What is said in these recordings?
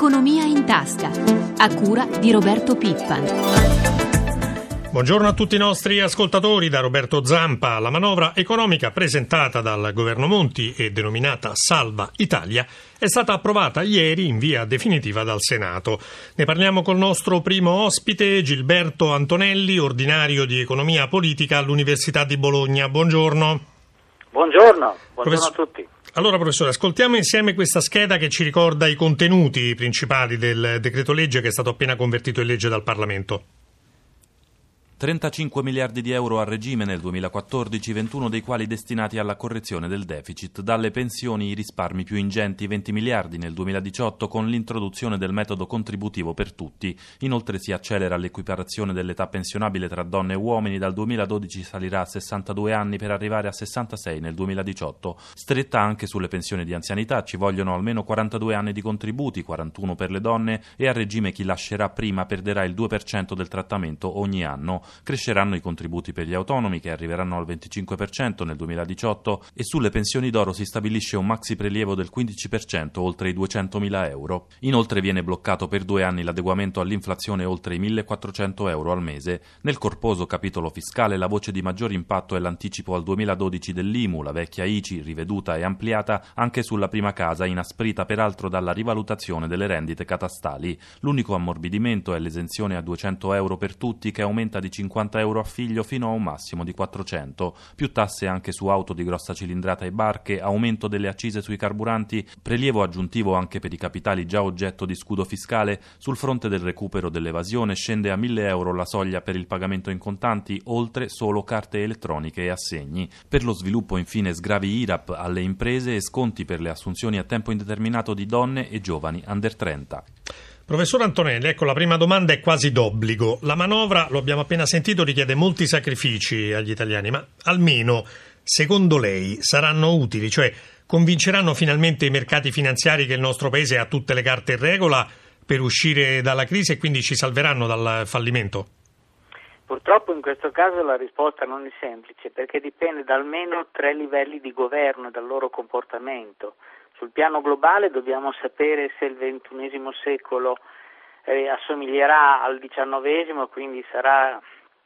Economia in tasca, a cura di Roberto Pippan. Buongiorno a tutti i nostri ascoltatori da Roberto Zampa. La manovra economica presentata dal governo Monti e denominata Salva Italia è stata approvata ieri in via definitiva dal Senato. Ne parliamo col nostro primo ospite, Gilberto Antonelli, ordinario di economia politica all'Università di Bologna. Buongiorno. Buongiorno a tutti. Allora professore, ascoltiamo insieme questa scheda che ci ricorda i contenuti principali del decreto legge che è stato appena convertito in legge dal Parlamento. 35 miliardi di euro a regime nel 2014, 21 dei quali destinati alla correzione del deficit. Dalle pensioni i risparmi più ingenti, 20 miliardi nel 2018 con l'introduzione del metodo contributivo per tutti. Inoltre si accelera l'equiparazione dell'età pensionabile tra donne e uomini, dal 2012 salirà a 62 anni per arrivare a 66 nel 2018. Stretta anche sulle pensioni di anzianità, ci vogliono almeno 42 anni di contributi, 41 per le donne, e a regime chi lascerà prima perderà il 2% del trattamento ogni anno. Cresceranno i contributi per gli autonomi che arriveranno al 25% nel 2018 e sulle pensioni d'oro si stabilisce un maxi prelievo del 15% oltre i 200.000 euro. Inoltre viene bloccato per 2 anni l'adeguamento all'inflazione oltre i 1.400 euro al mese. Nel corposo capitolo fiscale la voce di maggior impatto è l'anticipo al 2012 dell'IMU, la vecchia ICI riveduta e ampliata anche sulla prima casa, inasprita peraltro dalla rivalutazione delle rendite catastali. L'unico ammorbidimento è l'esenzione a 200 euro per tutti, che aumenta di 50 euro a figlio fino a un massimo di 400, più tasse anche su auto di grossa cilindrata e barche, aumento delle accise sui carburanti, prelievo aggiuntivo anche per i capitali già oggetto di scudo fiscale. Sul fronte del recupero dell'evasione scende a 1.000 euro la soglia per il pagamento in contanti, oltre solo carte elettroniche e assegni. Per lo sviluppo infine sgravi IRAP alle imprese e sconti per le assunzioni a tempo indeterminato di donne e giovani under 30. Professor Antonelli, ecco, la prima domanda è quasi d'obbligo. La manovra, lo abbiamo appena sentito, richiede molti sacrifici agli italiani, ma almeno, secondo lei, saranno utili? Cioè, convinceranno finalmente i mercati finanziari che il nostro Paese ha tutte le carte in regola per uscire dalla crisi e quindi ci salveranno dal fallimento? Purtroppo in questo caso la risposta non è semplice, perché dipende da almeno 3 livelli di governo e dal loro comportamento. Sul piano globale dobbiamo sapere se il XXI secolo assomiglierà al XIX, quindi sarà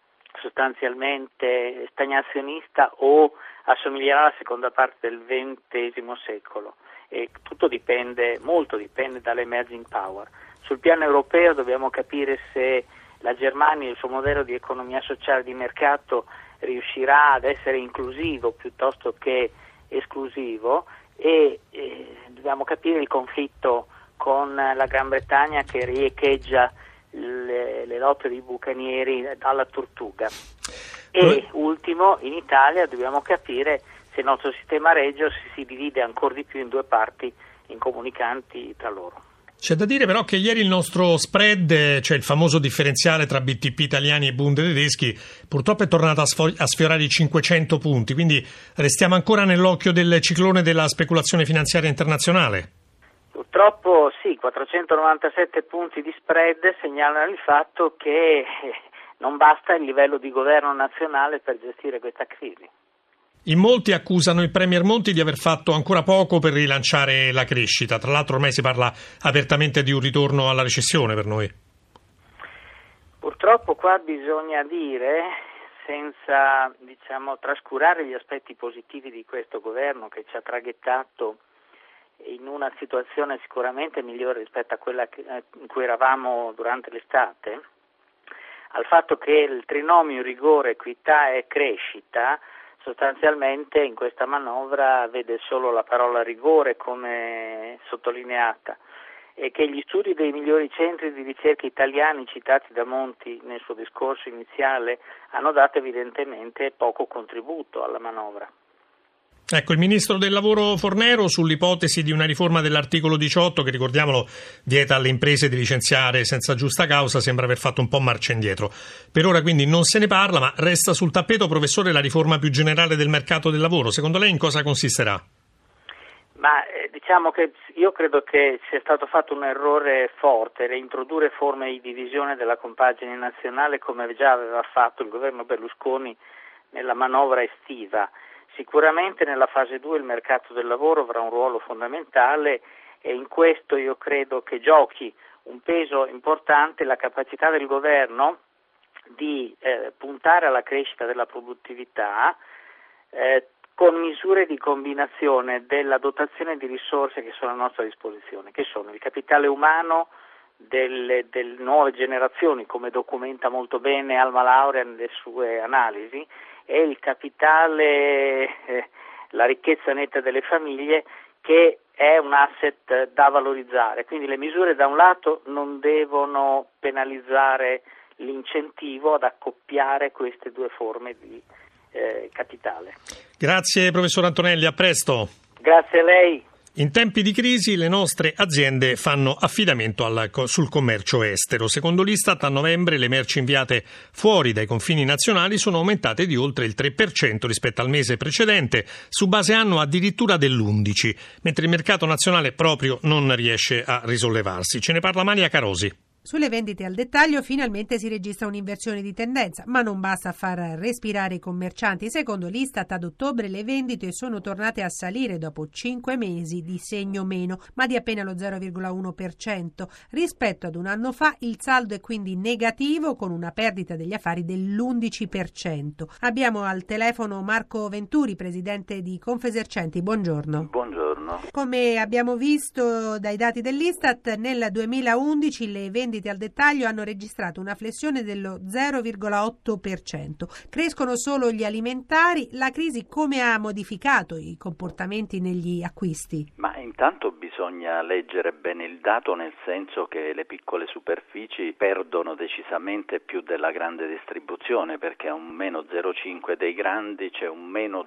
sostanzialmente stagnazionista, o assomiglierà alla seconda parte del XX secolo. E tutto molto dipende dall'emerging power. Sul piano europeo dobbiamo capire se la Germania e il suo modello di economia sociale di mercato riuscirà ad essere inclusivo piuttosto che esclusivo, e dobbiamo capire il conflitto con la Gran Bretagna che riecheggia le lotte dei bucanieri dalla Tortuga. E ultimo, in Italia dobbiamo capire se il nostro sistema regio si divide ancora di più in 2 parti incomunicanti tra loro. C'è da dire però che ieri il nostro spread, cioè il famoso differenziale tra BTP italiani e Bund tedeschi, purtroppo è tornato a sfiorare i 500 punti, quindi restiamo ancora nell'occhio del ciclone della speculazione finanziaria internazionale. Purtroppo sì, 497 punti di spread segnalano il fatto che non basta il livello di governo nazionale per gestire questa crisi. In molti accusano il Premier Monti di aver fatto ancora poco per rilanciare la crescita. Tra l'altro ormai si parla apertamente di un ritorno alla recessione per noi. Purtroppo qua bisogna dire, senza trascurare gli aspetti positivi di questo governo che ci ha traghettato in una situazione sicuramente migliore rispetto a quella in cui eravamo durante l'estate, al fatto che il trinomio rigore, equità e crescita sostanzialmente in questa manovra vede solo la parola rigore come sottolineata, e che gli studi dei migliori centri di ricerca italiani citati da Monti nel suo discorso iniziale hanno dato evidentemente poco contributo alla manovra. Ecco, il ministro del lavoro Fornero sull'ipotesi di una riforma dell'articolo 18 che, ricordiamolo, vieta alle imprese di licenziare senza giusta causa sembra aver fatto un po' marcia indietro. Per ora quindi non se ne parla, ma resta sul tappeto, professore, la riforma più generale del mercato del lavoro. Secondo lei in cosa consisterà? Ma diciamo che io credo che sia stato fatto un errore forte reintrodurre forme di divisione della compagine nazionale come già aveva fatto il governo Berlusconi nella manovra estiva. Sicuramente nella fase 2 il mercato del lavoro avrà un ruolo fondamentale e in questo io credo che giochi un peso importante la capacità del governo di puntare alla crescita della produttività con misure di combinazione della dotazione di risorse che sono a nostra disposizione, che sono il capitale umano delle nuove generazioni, come documenta molto bene Alma Laurea nelle sue analisi, e il capitale, la ricchezza netta delle famiglie, che è un asset da valorizzare. Quindi le misure da un lato non devono penalizzare l'incentivo ad accoppiare queste due forme di capitale. Grazie professor Antonelli, a presto. Grazie a lei. In tempi di crisi le nostre aziende fanno affidamento sul commercio estero. Secondo l'Istat, a novembre le merci inviate fuori dai confini nazionali sono aumentate di oltre il 3% rispetto al mese precedente, su base annua addirittura dell'11%, mentre il mercato nazionale proprio non riesce a risollevarsi. Ce ne parla Maria Carosi. Sulle vendite al dettaglio finalmente si registra un'inversione di tendenza, ma non basta far respirare i commercianti. Secondo l'Istat, ad ottobre le vendite sono tornate a salire dopo 5 mesi di segno meno, ma di appena lo 0,1%. Rispetto ad un anno fa il saldo è quindi negativo, con una perdita degli affari dell'11%. Abbiamo al telefono Marco Venturi, presidente di Confesercenti. Buongiorno. Buongiorno. Come abbiamo visto dai dati dell'Istat, nel 2011 le vendite al dettaglio hanno registrato una flessione dello 0,8%. Crescono solo gli alimentari. La crisi come ha modificato i comportamenti negli acquisti? Ma intanto bisogna leggere bene il dato, nel senso che le piccole superfici perdono decisamente più della grande distribuzione, perché a un meno 0,5 dei grandi c'è un meno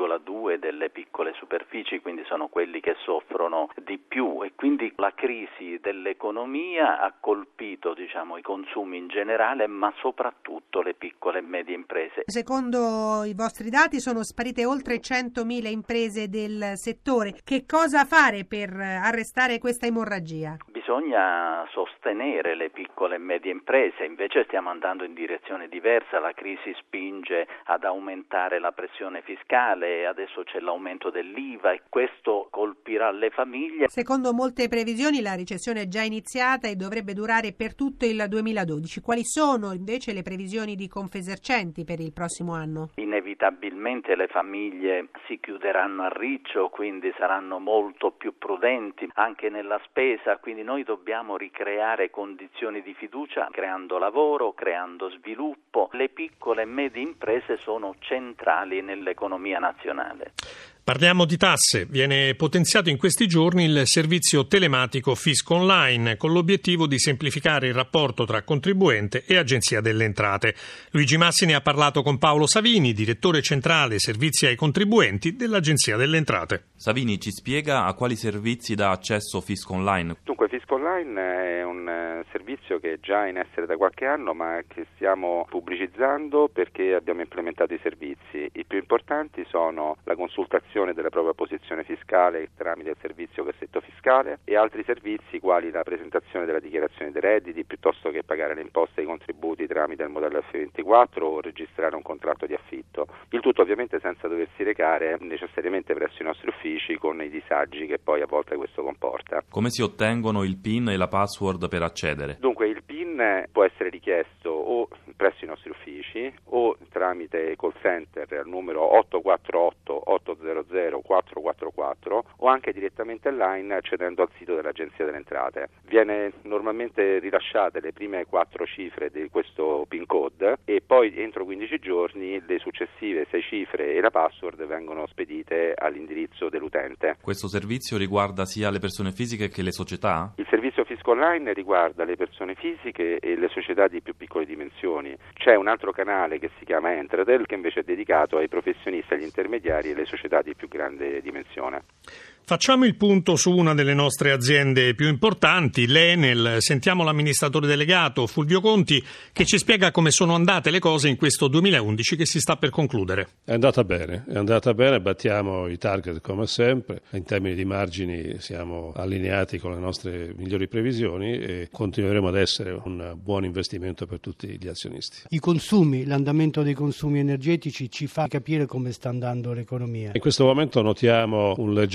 2,2 delle piccole superfici, quindi sono quelli che soffrono di più, e quindi la crisi dell'economia ha colpito i consumi in generale, ma soprattutto le piccole e medie imprese. Secondo i vostri dati sono sparite oltre 100.000 imprese del settore. Che cosa fare per arrestare questa emorragia? Bisogna sostenere le piccole e medie imprese, invece stiamo andando in direzione diversa. La crisi spinge ad aumentare la pressione fiscale, adesso c'è l'aumento dell'IVA e questo colpirà le famiglie. Secondo molte previsioni la recessione è già iniziata e dovrebbe durare per tutto il 2012. Quali sono invece le previsioni di Confesercenti per il prossimo anno? Inevitabilmente le famiglie si chiuderanno a riccio, quindi saranno molto più prudenti anche nella spesa, quindi noi dobbiamo ricreare condizioni di fiducia creando lavoro, creando sviluppo. Le piccole e medie imprese sono centrali nell'economia nazionale. Parliamo di tasse. Viene potenziato in questi giorni il servizio telematico Fisco Online, con l'obiettivo di semplificare il rapporto tra contribuente e Agenzia delle Entrate. Luigi Massi ne ha parlato con Paolo Savini, direttore centrale servizi ai contribuenti dell'Agenzia delle Entrate. Savini ci spiega a quali servizi dà accesso Fisco Online. Dunque, Fisco Online è un servizio che è già in essere da qualche anno, ma che stiamo pubblicizzando perché abbiamo implementato i servizi. I più importanti sono la consultazione della propria posizione fiscale tramite il servizio cassetto fiscale e altri servizi quali la presentazione della dichiarazione dei redditi, piuttosto che pagare le imposte e i contributi tramite il modello F24 o registrare un contratto di affitto. Il tutto ovviamente senza doversi recare necessariamente presso i nostri uffici, con i disagi che poi a volte questo comporta. Come si ottengono il PIN e la password per accedere? Dunque il PIN può essere richiesto o presso i nostri uffici o tramite call center al numero 848 800 444 o anche direttamente online accedendo al sito dell'Agenzia delle Entrate. Viene normalmente rilasciate le prime 4 cifre di questo PIN code e poi entro 15 giorni le successive 6 cifre e la password vengono spedite all'indirizzo dell'utente. Questo servizio riguarda sia le persone fisiche che le società? Il servizio Fisco Online riguarda le persone fisiche e le società di più piccole dimensioni. C'è un altro canale che si chiama Entratel, che invece è dedicato ai professionisti, agli intermediari e alle società di più grande dimensione. Facciamo il punto su una delle nostre aziende più importanti, l'Enel. Sentiamo l'amministratore delegato Fulvio Conti, che ci spiega come sono andate le cose in questo 2011 che si sta per concludere. È andata bene, battiamo i target come sempre, in termini di margini siamo allineati con le nostre migliori previsioni e continueremo ad essere un buon investimento per tutti gli azionisti. I consumi, l'andamento dei consumi energetici ci fa capire come sta andando l'economia. In questo momento notiamo un leggero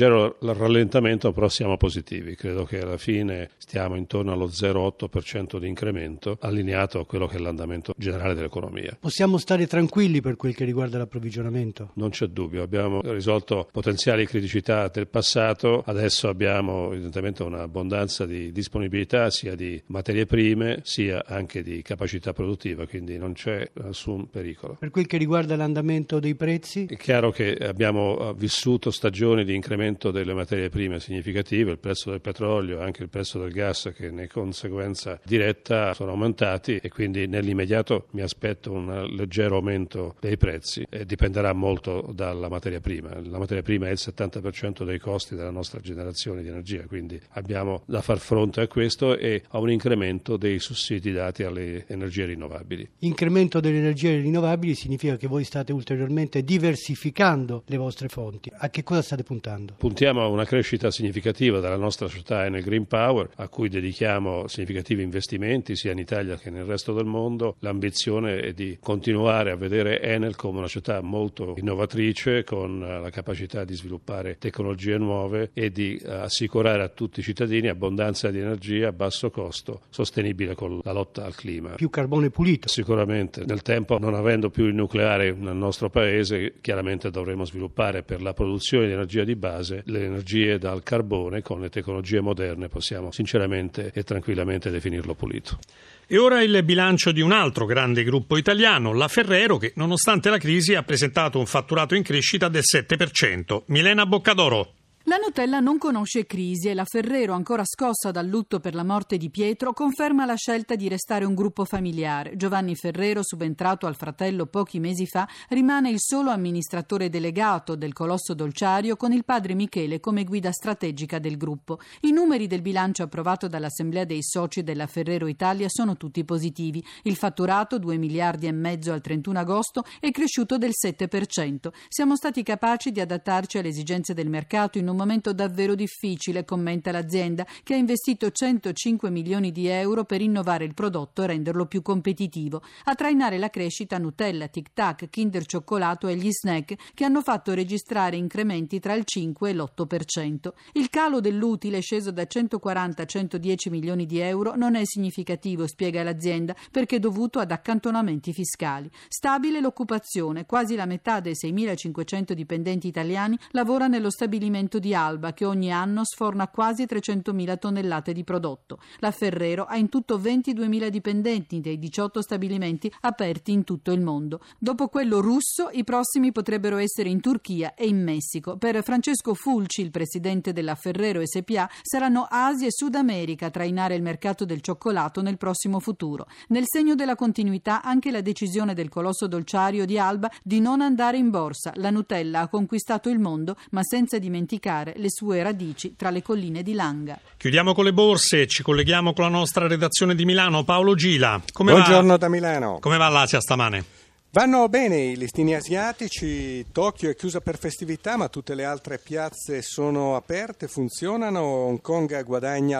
il rallentamento, però siamo positivi. Credo che alla fine stiamo intorno allo 0,8% di incremento, allineato a quello che è l'andamento generale dell'economia. Possiamo stare tranquilli per quel che riguarda l'approvvigionamento? Non c'è dubbio, abbiamo risolto potenziali criticità del passato, adesso abbiamo evidentemente un'abbondanza di disponibilità sia di materie prime sia anche di capacità produttiva, quindi non c'è nessun pericolo. Per quel che riguarda l'andamento dei prezzi? È chiaro che abbiamo vissuto stagioni di incremento delle materie prime significative, il prezzo del petrolio e anche il prezzo del gas che ne conseguenza diretta sono aumentati e quindi nell'immediato mi aspetto un leggero aumento dei prezzi e dipenderà molto dalla materia prima. La materia prima è il 70% dei costi della nostra generazione di energia, quindi abbiamo da far fronte a questo e a un incremento dei sussidi dati alle energie rinnovabili. Incremento delle energie rinnovabili significa che voi state ulteriormente diversificando le vostre fonti. A che cosa state puntando? Puntiamo a una crescita significativa della nostra società nel Green Power, a cui dedichiamo significativi investimenti sia in Italia che nel resto del mondo. L'ambizione è di continuare a vedere Enel come una società molto innovatrice, con la capacità di sviluppare tecnologie nuove e di assicurare a tutti i cittadini abbondanza di energia a basso costo, sostenibile con la lotta al clima. Più carbone pulito? Sicuramente. Nel tempo, non avendo più il nucleare nel nostro paese, chiaramente dovremo sviluppare per la produzione di energia di base le energie dal carbone. Con le tecnologie moderne possiamo sinceramente e tranquillamente definirlo pulito. E ora il bilancio di un altro grande gruppo italiano, la Ferrero, che nonostante la crisi ha presentato un fatturato in crescita del 7%. Milena Boccadoro. La Nutella non conosce crisi e la Ferrero, ancora scossa dal lutto per la morte di Pietro, conferma la scelta di restare un gruppo familiare. Giovanni Ferrero, subentrato al fratello pochi mesi fa, rimane il solo amministratore delegato del colosso dolciario, con il padre Michele come guida strategica del gruppo. I numeri del bilancio approvato dall'Assemblea dei soci della Ferrero Italia sono tutti positivi. Il fatturato, 2,5 miliardi al 31 agosto, è cresciuto del 7%. Siamo stati capaci di adattarci alle esigenze del mercato in un momento davvero difficile, commenta l'azienda, che ha investito 105 milioni di euro per innovare il prodotto e renderlo più competitivo. A trainare la crescita Nutella, Tic Tac, Kinder Cioccolato e gli snack, che hanno fatto registrare incrementi tra il 5 e l'8%. Il calo dell'utile, sceso da 140 a 110 milioni di euro, non è significativo, spiega l'azienda, perché dovuto ad accantonamenti fiscali. Stabile l'occupazione, quasi la metà dei 6.500 dipendenti italiani lavora nello stabilimento di Alba, che ogni anno sforna quasi 300.000 tonnellate di prodotto. La Ferrero ha in tutto 22.000 dipendenti dei 18 stabilimenti aperti in tutto il mondo. Dopo quello russo, i prossimi potrebbero essere in Turchia e in Messico. Per Francesco Fulci, il presidente della Ferrero SpA, saranno Asia e Sud America a trainare il mercato del cioccolato nel prossimo futuro. Nel segno della continuità anche la decisione del colosso dolciario di Alba di non andare in borsa. La Nutella ha conquistato il mondo, ma senza dimenticare le sue radici tra le colline di Langa. Chiudiamo con le borse, ci colleghiamo con la nostra redazione di Milano. Paolo Gila. Buongiorno da Milano. Come va l'Asia stamane? Vanno bene i listini asiatici, Tokyo è chiusa per festività ma tutte le altre piazze sono aperte, funzionano. Hong Kong guadagna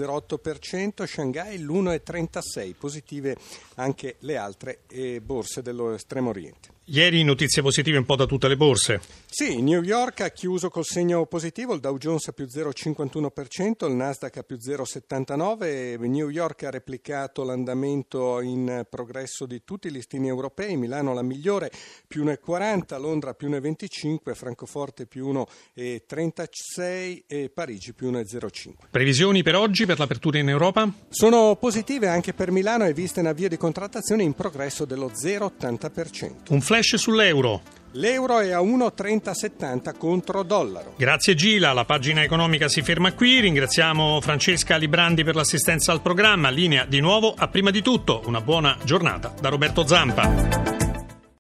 l'1,08%, Shanghai l'1,36%, positive anche le altre borse dello Estremo Oriente. Ieri notizie positive un po' da tutte le borse. Sì, New York ha chiuso col segno positivo, il Dow Jones a più 0,51%, il Nasdaq a più 0,79%, New York ha replicato l'andamento in progresso di tutti i listini europei, Milano la migliore più 1,40%, Londra più 1,25%, Francoforte più 1,36% e Parigi più 1,05%. Previsioni per oggi per l'apertura in Europa? Sono positive anche per Milano e viste in avvio di contrattazione in progresso dello 0,80%. Un flash sull'euro. L'euro è a 1,3070 contro dollaro. Grazie Gila, la pagina economica si ferma qui. Ringraziamo Francesca Librandi per l'assistenza al programma. Linea di nuovo a Prima di Tutto. Una buona giornata da Roberto Zampa.